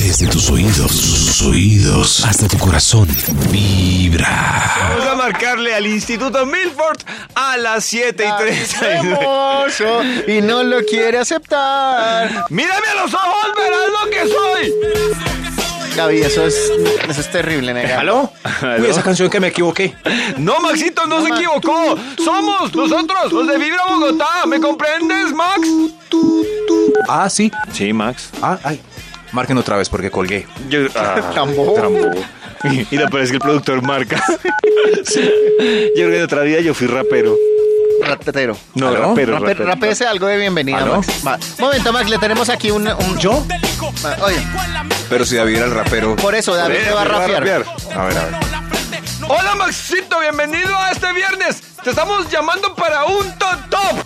Desde tus oídos, hasta tu corazón, vibra. Vamos a marcarle al Instituto Milford a las 7:30. Y no lo quiere aceptar. ¡Mírame a los ojos, verás lo que soy! Gaby, eso es terrible, nega. ¿Aló? Uy, esa canción que me equivoqué. No, Maxito, no se equivocó. Somos nosotros, los de Vibra Bogotá. ¿Me comprendes, Max? Ah, sí. Sí, Max. Ay. Marquen otra vez porque colgué. Tambo. Y lo peor es que el productor marca. Sí. Yo creo que en otra vida yo fui rapero. Rapetero. No, ¿Aló? rapero. Rapese algo de bienvenida, ¿Aló? Max. Momento, Max, le tenemos aquí un... ¿Yo? Oye, Pero si David era el rapero. por eso David te va a rapear. A ver. Hola, Maxito, bienvenido a este viernes. Te estamos llamando para un top.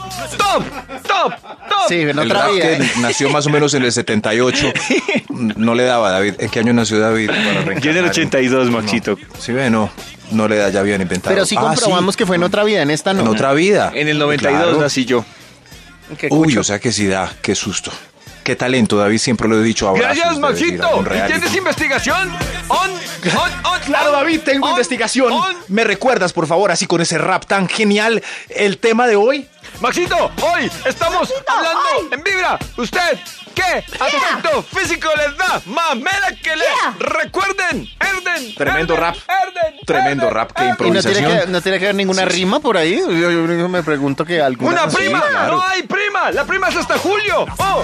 Sí, en El otra rap vida. que nació más o menos en el 78. No le daba, David. ¿En qué año nació David? Yo en el 82, Maxito. Sí, ve, no le da, ya habían inventado. Pero sí comprobamos que fue en otra vida, en esta no. En otra vida. En el 92 Claro. nací yo. Qué Uy, cucho. o sea que sí da, qué susto. Qué talento, David, siempre lo he dicho. Abrazos, Gracias, debe decir, Maxito. algún ¿Y reality. tienes investigación? Claro, David, tengo investigación. ¿Me recuerdas, por favor, así con ese rap tan genial, el tema de hoy? Maxito, hoy estamos hablando en Vibra. ¿Usted qué aspecto físico les da? Mamera que le recuerden. Erden. Tremendo Erden, rap. Erden, Tremendo Erden, rap, qué Erden. ¿Y no improvisación. tiene que haber ninguna rima por ahí? Yo me pregunto que alguna... ¡Una prima! Sí, claro. ¡No hay prima! ¡La prima es hasta julio!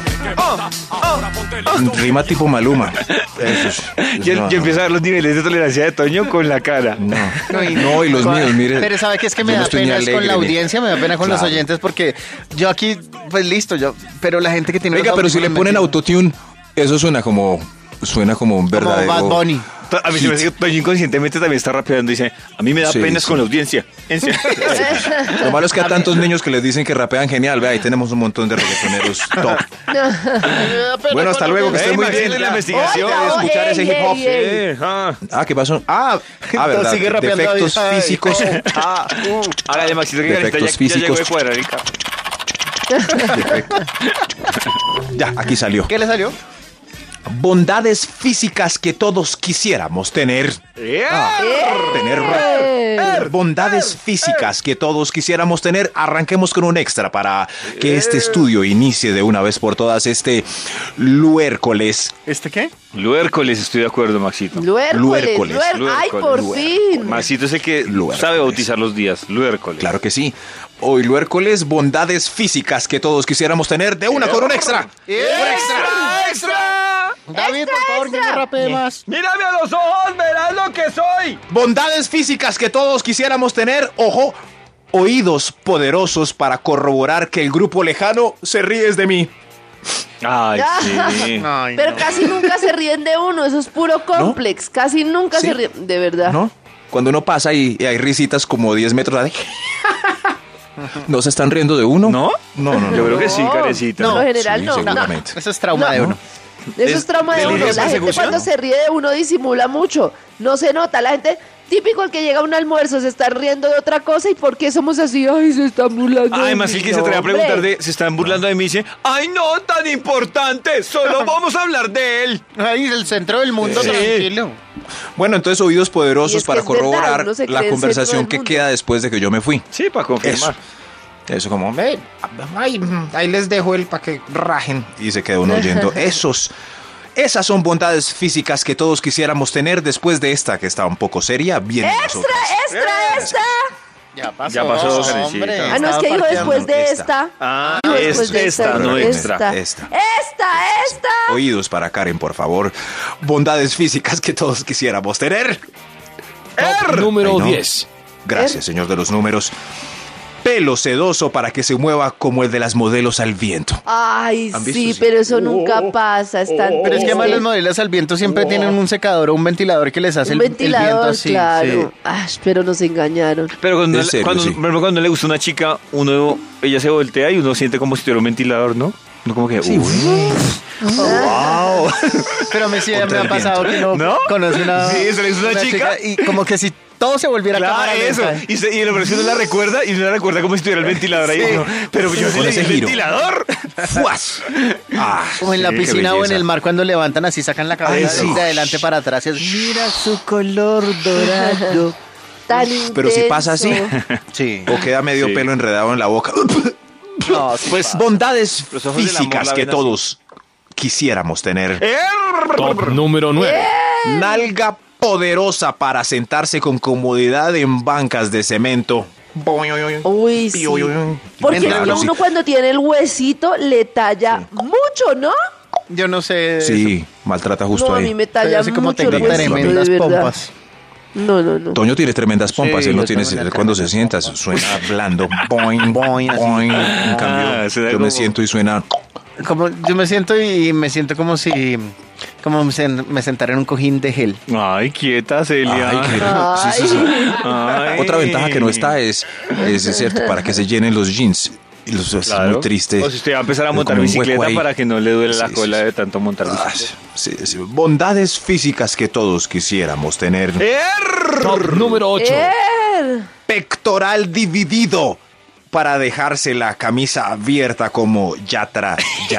Rima tipo Maluma. Eso Yo empiezo a ver los niveles de tolerancia de Toño con la cara. No, y los míos, mire. Pero ¿sabe qué? Es que me yo no da estoy ni pena es con alegre, la ni- audiencia, me da pena con los Claro. oyentes porque yo aquí, pues listo, pero la gente que tiene... Venga, los pero si le audífonos ponen metidos- autotune, eso suena como un verdadero... Bad Bunny. A mí se me hace que Toño inconscientemente también está rapeando y dice, a mí me da Sí, penas sí. con la audiencia. En serio. Lo malo es que a tantos niños que les dicen que rapean genial, vea, ahí tenemos un montón de reggaetoneros top. Bueno, hasta luego, que estén muy bien. La investigación Oiga, de escuchar ese hip hop. ey. Ah, ¿qué pasó? Verdad, Sigue rapeando defectos David. Ay. físicos. Hágale, Maxito, que Defectos ahorita ya llegó de físicos. cuadra, rica. Ya, aquí salió. ¿Qué le salió? Bondades físicas que todos quisiéramos tener. Bondades físicas que todos quisiéramos tener. Arranquemos con un extra para que este estudio inicie de una vez por todas este luércoles. ¿Este qué? Luércoles, estoy de acuerdo, Maxito. Luércoles. Ay, por fin. Maxito es el que Luércoles. sabe bautizar los días. Luércoles. Claro que sí. Hoy luércoles, bondades físicas que todos quisiéramos tener de una con un extra. ¡Extra! David, por favor, que me rapee más. ¡Mírame a los ojos, verás lo que soy! Bondades físicas que todos quisiéramos tener. Ojo, oídos poderosos para corroborar que el grupo lejano se ríe de mí. Ay, sí. Ay, Pero no. casi nunca se ríen de uno, eso es puro complex. Casi nunca ¿Sí? se ríen, de verdad. ¿No? Cuando uno pasa y hay risitas como 10 metros de... ¿No se están riendo de uno? ¿No? No. Yo creo que sí, carecita. Por lo general Sí, no. seguramente. Eso es trauma de uno. Eso es trauma de ¿Delirio uno. de La gente persecución? cuando se ríe de uno disimula mucho. No se nota. La gente, típico el que llega a un almuerzo, se está riendo de otra cosa. ¿Y por qué somos así? Ay, se están burlando. Ay, de más mí. que se atreve a No, preguntar hombre. se están burlando de mí y dice, ¡ay, no, tan importante! Solo vamos a hablar de él. Ahí, el centro del mundo, Sí. tranquilo. Bueno, entonces oídos Y poderosos es que para es verdad, corroborar uno se cree la el centro conversación del que mundo. queda después de que yo me fui. Sí, para confirmar. Eso como, ahí les dejo el para que rajen. Y se queda uno oyendo. Esas son bondades físicas que todos quisiéramos tener después de esta que está un poco seria. Bien. ¡Extra! Ya pasó. Ya pasó, hombre. Karencita. Ah, no, es que dijo después de esta. Ah, Dijo después de esta, no extra. Esta. Oídos para Karen, por favor. Bondades físicas que todos quisiéramos tener. Número Ay, no. 10. Gracias, señor de los números. Pelo sedoso para que se mueva como el de las modelos al viento. Ay, ¿Han visto? sí, Sí. pero eso nunca pasa. Es tan Pero es que además triste. los modelos al viento siempre tienen un secador o un ventilador que les hace Un el viento ventilador, así. claro. Sí. Ay, pero nos engañaron. Pero cuando, En serio, cuando, sí. por ejemplo, cuando le gusta una chica, ella se voltea y uno siente como si tuviera un ventilador, ¿no? No como que, Sí, wow. Pero a mí sí me Contra ha el pasado que no, ¿No? conoce una, Sí, se le hizo una chica. y como que si todo se volviera Claro, cámara eso. lenta. Y la versión no la recuerda y no la recuerda como si tuviera el ventilador ahí. Sí. No, pero yo Con con ese el giro. ventilador. ¡Fuas! O en la qué piscina o en belleza. el mar cuando levantan así, sacan la cabeza Ay, sí. de adelante para atrás. Y es, mira su color dorado. Tan Pero si pasa así, intenso. Sí. o queda medio Sí. pelo enredado en la boca. No, Pues bondades Los ojos del amor físicas la que ven así. todos quisiéramos tener. Top número 9. Nalga poderosa para sentarse con comodidad en bancas de cemento. Uy, sí. Porque Claro, uno sí. cuando tiene el huesito le talla mucho, ¿no? yo no sé. Sí, maltrata justo No, a ahí. mí me Soy talla así como mucho tengo el huesito, tremendas de verdad. pompas. No, no, no. Toño tiene tremendas pompas, Sí, él no yo tiene tengo una cuando cara. se sienta suena blando, boing, Boing, así. boing. En cambio, suena yo como- me siento y suena. Como, yo me siento y me siento como si me sentara en un cojín de gel. Ay, quieta, Celia. Ay, qué- Ay. sí, sí, sí. Ay. Otra ventaja que no está es cierto, para que se llenen los jeans. Y los, es Claro. muy triste. O si usted va a empezar a Como montar un hueco bicicleta ahí. para que no le duele la Sí, cola sí, de tanto montar Ah, bicicleta. sí, sí. Bondades físicas que todos quisiéramos tener. Top número 8. Pectoral dividido para dejarse la camisa abierta como Yatra.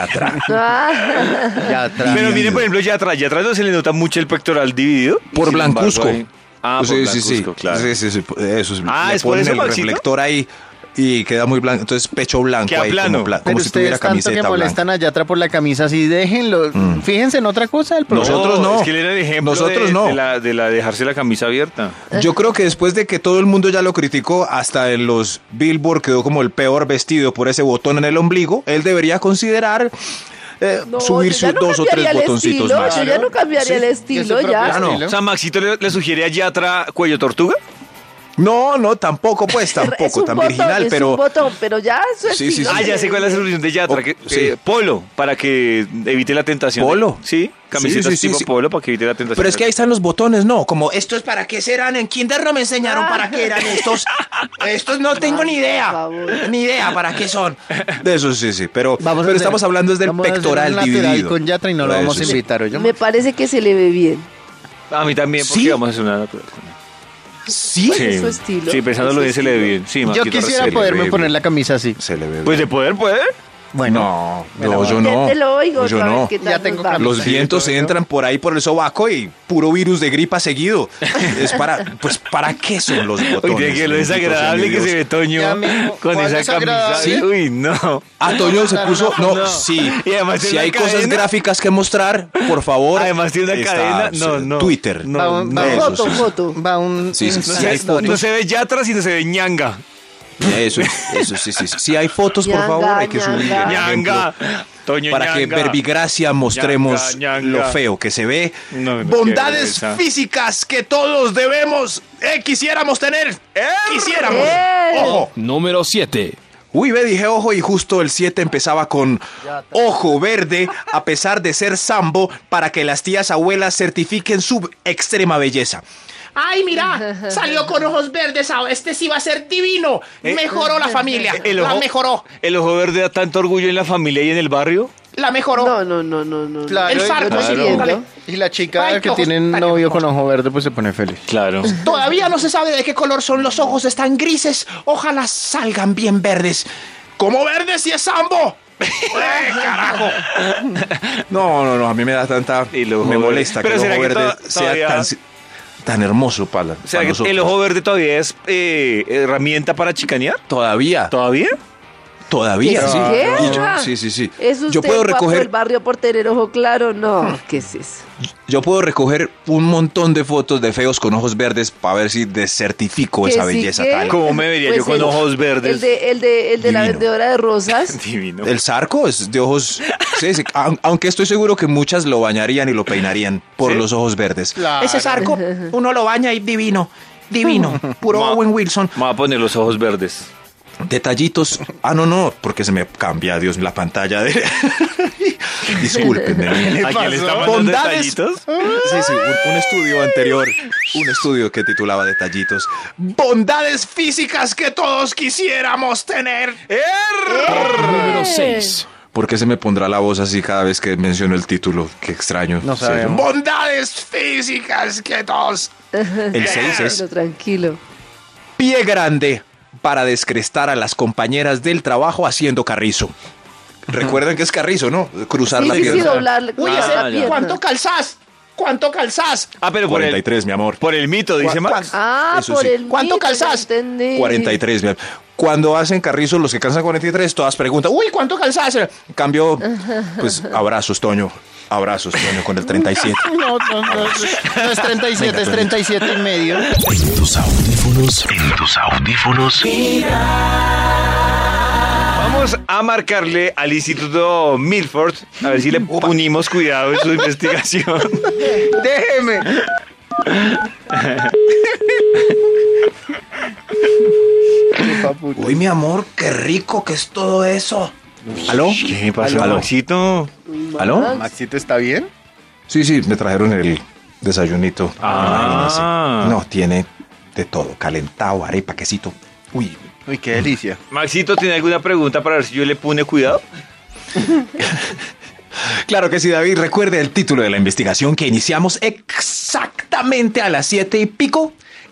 Ah, Ya atrás. Pero mire, por ejemplo, ya atrás no se le nota mucho el pectoral dividido. Por Sin embargo, blancuzco. ahí- Ah, por Sí, sí, sí. blancuzco, claro. Sí, sí, sí, eso es. Ah, le ¿es por ponen eso, el Maxito? reflector ahí y queda muy blanco. Entonces, pecho blanco Queda ahí, plano. como, Pero como si tuviera ustedes tanto que camiseta molestan blanca. a Yatra por la camisa así, déjenlo. Fíjense en otra cosa del programa. Nosotros no. Es que él era el ejemplo Nosotros de, no. de la dejarse la camisa abierta. Yo creo que después de que todo el mundo ya lo criticó, hasta en los Billboard quedó como el peor vestido por ese botón en el ombligo, él debería considerar no, subirse yo ya no dos o tres cambiaría el botoncitos estilo, más. Yo ya no cambiaría el estilo, ya. Ah, no. O sea, Maxito le sugiere a Yatra cuello tortuga. No, no, tampoco, pues, Es tampoco, un tan botón, virginal, es pero... un botón, pero ya eso es Sí, sí, estilo. sí. Ah, ya sé cuál es la solución de Yatra. Oh, Que, sí. polo, para que evite la tentación. ¿Polo? Sí, camisetas Sí, sí, sí, tipo sí. polo para que evite la tentación. Pero es que ahí están los botones, no, como estos para qué serán, en kinder no me enseñaron para qué eran estos. Estos no tengo ni Por idea. favor. Ni idea para qué son. De eso sí, sí, pero, Vamos a pero hacer- estamos hablando es del vamos a hacer pectoral un lateral dividido. con Yatra y no lo Eso vamos a sí. invitar, ¿oye? Me parece que se le ve bien. A mí también, porque ¿Sí? vamos a hacer una natural. ¿Sí? Es su estilo. Sí, pensándolo bien Es su se le ve estilo. bien. Sí, Yo Maxito, quisiera se le poderme ve poner bien. la camisa así. Se le ve Pues de bien. poder, puede. Bueno, No, yo no. Inténtelo, oigo, Yo otra no. vez, ¿qué tal Ya nos tengo va? camisa. Los Sí, vientos todo se yo. entran por ahí por el sobaco y puro virus de gripa seguido. Es para, pues, ¿para qué son los botones? Oye, que lo Benditos desagradable sean que Dios. se ve Toño Ya mismo, con ¿cuál esa desagradable? camisa. ¿Sí? Uy, no. Ah, Toño se puso. No, No. sí. Y además Si tiene hay una cosas cadena. gráficas que mostrar, por favor. Además tiene una está, cadena. No, no. Twitter. No, Va un- no. va Eso Foto, sí. foto. Va un... Sí, sí, un- sí, no hay sé, fotos. No se ve Yatra, sino se ve ñanga. Eso sí, sí. Si hay fotos, por Ñanga, favor, hay que subir. ñanga. el ejemplo Ñanga. Toño Para que ñanga. verbigracia mostremos Ñanga, ñanga. lo feo que se ve. No, no, Bondades qué vergüenza. físicas que todos debemos, quisiéramos tener. Quisiéramos. Ojo. Número 7. Uy, ve, dije ojo y justo el 7 empezaba con ojo verde, a pesar de ser sambo, para que las tías abuelas certifiquen su extrema belleza. Ay, mira, salió con ojos verdes. Este sí va a ser divino. Mejoró la familia. La mejoró. El ojo verde da tanto orgullo en la familia y en el barrio. La mejoró. No. Claro, El y- sarco, Yo no sí, entiendo. dale. Y la chica Ay, que ojos tiene tan novio hermosos. con ojo verde, pues se pone feliz. Claro. Todavía no se sabe de qué color son los ojos. Están grises. Ojalá salgan bien verdes. ¿Cómo verdes si es sambo? ¡Carajo! No, a mí me da tanta... El ojo me verde. molesta Pero que el ¿será ojo que verde todavía- sea tan hermoso para, O sea, para que nosotros. el ojo verde todavía es herramienta para chicanear. Todavía. ¿Todavía? Todavía, ¿Qué? sí. ¿Qué? Y yo- sí. ¿Es usted Yo puedo guapo recoger... del barrio por tener ojo claro? No, ¿qué es eso? Yo puedo recoger un montón de fotos de feos con ojos verdes para ver si desertifico ¿Que esa sí belleza que? tal. ¿Cómo me vería yo con ojos verdes? El de la Divino. vendedora de rosas. Divino. El zarco es de ojos... Sí, aunque estoy seguro que muchas lo bañarían y lo peinarían por ¿Sí? los ojos verdes. Ese sarco, uno lo baña y divino. Divino. Puro Ma- Owen Wilson. Me voy a poner los ojos verdes. Detallitos. Ah, no, porque se me cambia, Dios, la pantalla de... Discúlpenme. ¿A quién le está mandando Bondades. detallitos? Sí, un estudio anterior, un estudio que titulaba Detallitos. Bondades físicas que todos quisiéramos tener. Número 6. ¿Por qué se me pondrá la voz así cada vez que menciono el título? Qué extraño. No sabemos. Bondades físicas que todos. El 6 es Pero tranquilo. pie grande para descrestar a las compañeras del trabajo haciendo carrizo. Recuerdan que es carrizo, ¿no? Cruzar Sí, la sí, sí, pierna. doblar Uy, la ese, pierna. ¿cuánto calzás? ¿Cuánto calzás? Ah, pero por 43, mi amor. el mito, dice Max. Ah, Eso por sí. el ¿Cuánto mito, ya calzás? entendí. 43, mi amor. Cuando hacen carrizo, los que calzan 43, todas preguntan, uy, ¿cuánto calzas? En cambio, pues abrazos, Toño. Abrazos, Toño, con el 37. No es 37, es 37 y medio. En tus audífonos. Vamos a marcarle al Instituto Milford a ver si le unimos cuidado en su investigación. Déjeme. Uy, mi amor, qué rico que es todo eso. ¿Aló? ¿Qué pasó, ¿Aló? Maxito? ¿Aló? Maxito, ¿está bien? Sí, me trajeron el desayunito. Ah. Imagínense. No, tiene de todo. Calentado, arepa, quesito. Uy, Uy, qué delicia. Maxito, ¿tiene alguna pregunta para ver si yo le pone cuidado? claro que sí, David. Recuerde el título de la investigación que iniciamos exactamente a las 7 y pico.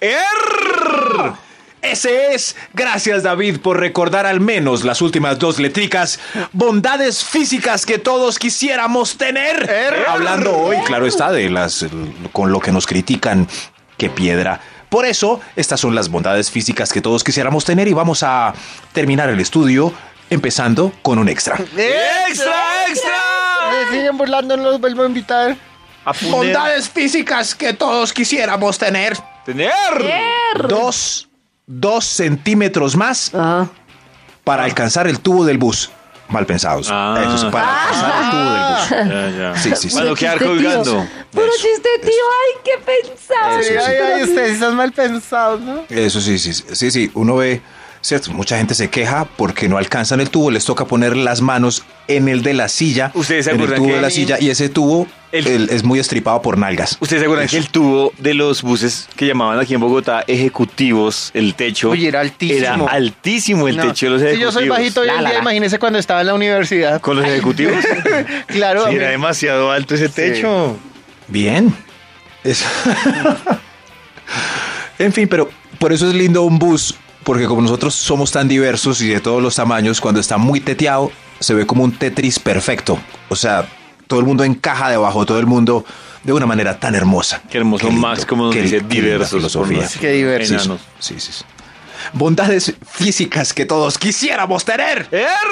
Ese es. Gracias, David, por recordar al menos las últimas 2 letricas. Bondades físicas que todos quisiéramos tener. Hablando hoy, claro está, de las con lo que nos critican. Qué piedra. Por eso, estas son las bondades físicas que todos quisiéramos tener y vamos a terminar el estudio empezando con un extra. ¡Extra, extra! Siguen burlando, no los vuelvo a invitar. A poner- Bondades físicas que todos quisiéramos tener. ¡Tener! 2 centímetros más Ah. para alcanzar el tubo del bus. Mal pensados. Ah. Eso sí, para alcanzar el tubo del bus. Ya. Sí, sí, sí. Para no quedar Chiste, tío. colgando. Puro Eso, chiste, tío. Ay, qué pensado. Eso sí. Ay, ustedes están mal pensados, ¿no? Eso sí. Uno ve, cierto, mucha gente se queja porque no alcanzan el tubo, les toca poner las manos en el de la silla. ¿Ustedes se en el acuerdan tubo que de la silla y ese tubo es muy estripado por nalgas. ¿Ustedes se acuerdan Eso. que el tubo de los buses que llamaban aquí en Bogotá ejecutivos, el techo? Oye, era altísimo. Era altísimo el No. techo de los Si ejecutivos. yo soy bajito hoy en día, imagínese cuando estaba en la universidad. ¿Con los ejecutivos? Claro. Sí, era demasiado alto ese techo. Bien. Eso. En fin, pero por eso es lindo un bus, porque como nosotros somos tan diversos y de todos los tamaños, cuando está muy teteado, se ve como un Tetris perfecto. O sea, todo el mundo encaja debajo, todo el mundo de una manera tan hermosa. Qué hermoso, lindo, Max, como nos dice, linda diversos. filosofía. por los Qué diversos. enanos. Sí. Bondades físicas que todos quisiéramos tener.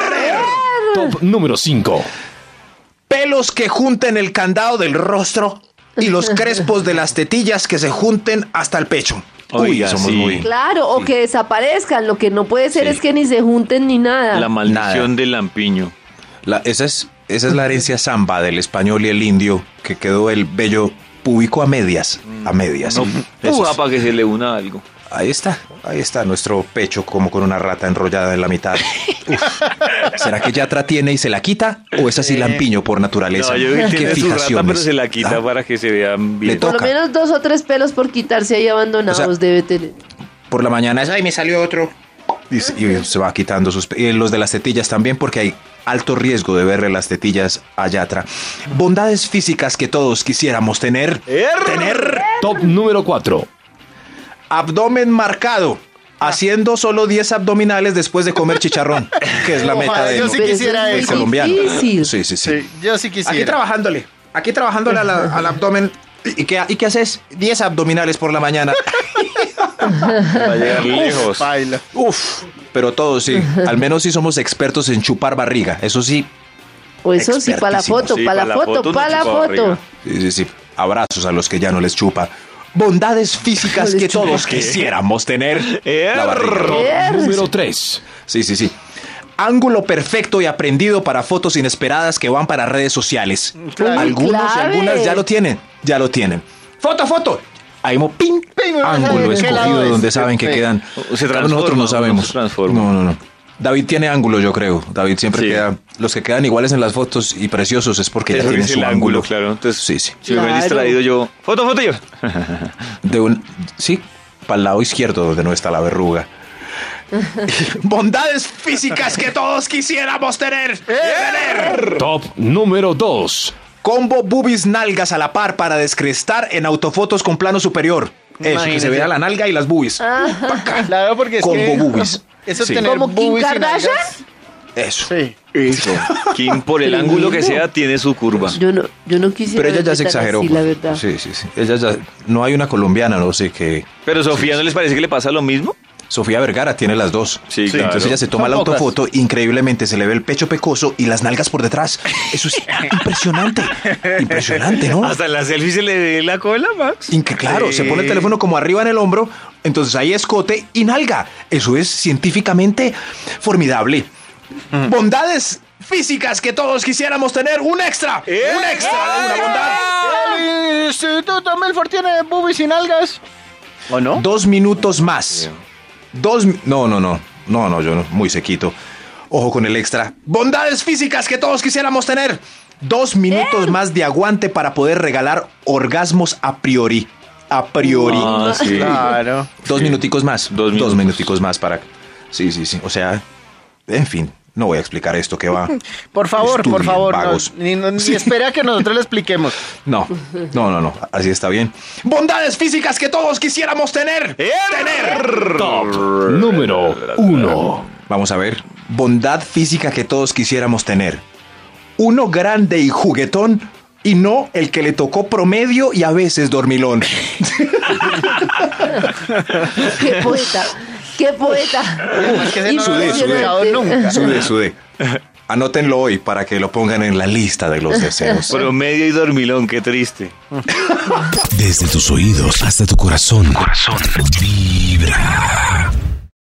Top número 5. Pelos que junten el candado del rostro y los crespos de las tetillas que se junten hasta el pecho. Oiga, somos sí. muy... Claro, o que desaparezcan. Lo que no puede ser Sí. es que ni se junten ni nada. La maldición Nada. del lampiño. Esa es la herencia samba del español y el indio, que quedó el vello púbico a medias. A medias. No, Eso puja es. para que se le una algo. Ahí está nuestro pecho como con una rata enrollada en la mitad. Uf. ¿Será que Yatra tiene y se la quita? ¿O es así lampiño por naturaleza? No, yo creo que ¿Qué tiene su rata, fijaciones? pero se la quita Ah, para que se vean bien. Le Por lo toca. menos 2 o 3 pelos por quitarse ahí abandonados O sea, debe tener. Por la mañana es, ay, me salió otro. Y se va quitando y los de las tetillas también, porque hay alto riesgo de verle las tetillas a Yatra. Bondades físicas que todos quisiéramos tener. Tener Top número 4. abdomen marcado, haciendo solo 10 abdominales después de comer chicharrón, que es la meta Ojalá, de yo sí Pero eso quisiera es muy el eso. colombiano. difícil. Sí. Sí, yo sí quisiera. Aquí trabajándole al abdomen. ¿Y qué haces? 10 abdominales por la mañana. Va a llegar lejos. Baila. Uf, pero todos sí. Al menos sí somos expertos en chupar barriga. Eso sí. O eso sí, para la foto, Sí, para la foto, no para la chupa barriga. foto. Sí. Abrazos a los que ya no les chupa. Bondades físicas No les que chupa. todos quisiéramos tener. La barriga. Top número 3. Sí. Ángulo perfecto y aprendido para fotos inesperadas que van para redes sociales. Claro. Algunos y Clave. algunas ya lo tienen. Foto. Ahí ping. Ping, Ángulo ¿qué lado escogido es? donde saben que Sí. quedan. Se transforma, Nosotros no uno sabemos. se transforma. No. David tiene ángulo, yo creo. David siempre Sí. queda. Los que quedan iguales en las fotos y preciosos es porque ya Eso tienen es su el ángulo. ángulo, claro. Entonces, Sí. si me hubiera Claro. distraído yo. Foto yo. Sí, para el lado izquierdo donde no está la verruga. Bondades físicas que todos quisiéramos tener. Top número 2. Combo boobies nalgas a la par para descrestar en autofotos con plano superior. Eso, que Imagínese. se vea la nalga y las boobies. Claro, porque es Combo que... boobies. Eso Sí. tener ¿Como Kim boobies y Kardashian? nalgas. Eso. Sí. Eso. Kim, por el ángulo que sea, tiene su curva. Yo no quisiera. Pero ella ya verme se tan exageró. así, pues. la verdad. Sí. Ella ya... No hay una colombiana, no sé qué. Pero Sofía, ¿no les parece que le pasa lo mismo? Sofía Vergara tiene las dos. Sí, claro. Entonces ella se toma Son la pocas. autofoto, increíblemente se le ve el pecho pecoso y las nalgas por detrás. Eso es impresionante. Impresionante, ¿no? Hasta en la selfie se le ve la cola, Max. Claro, Sí. se pone el teléfono como arriba en el hombro, entonces ahí escote y nalga. Eso es científicamente formidable. Bondades físicas que todos quisiéramos tener. Un extra. Un extra. Una bondad. El Instituto Milford tiene boobies y nalgas. ¿O no? 2 minutos más. No, yo no, muy sequito. Ojo con el extra. Bondades físicas que todos quisiéramos tener. 2 minutos más de aguante para poder regalar orgasmos a priori. A priori. Ah, sí. Claro. 2 minuticos más. 2 2 minutos. minuticos más para... Sí. O sea, en fin, no voy a explicar esto que va. Por favor, Estudien, por favor. vagos. Ni espera que nosotros le expliquemos. No. Así está bien. Bondades físicas que todos quisiéramos tener. Tener. Top número 1. Vamos a ver. Bondad física que todos quisiéramos tener. Uno grande y juguetón y no el que le tocó promedio y a veces dormilón. Qué poeta. Qué poeta. Es que ese no lo he Impresionante. escuchado nunca. Sudé. Anótenlo hoy para que lo pongan en la lista de los deseos. Promedio y dormilón, qué triste. Desde tus oídos hasta tu corazón. Vibra.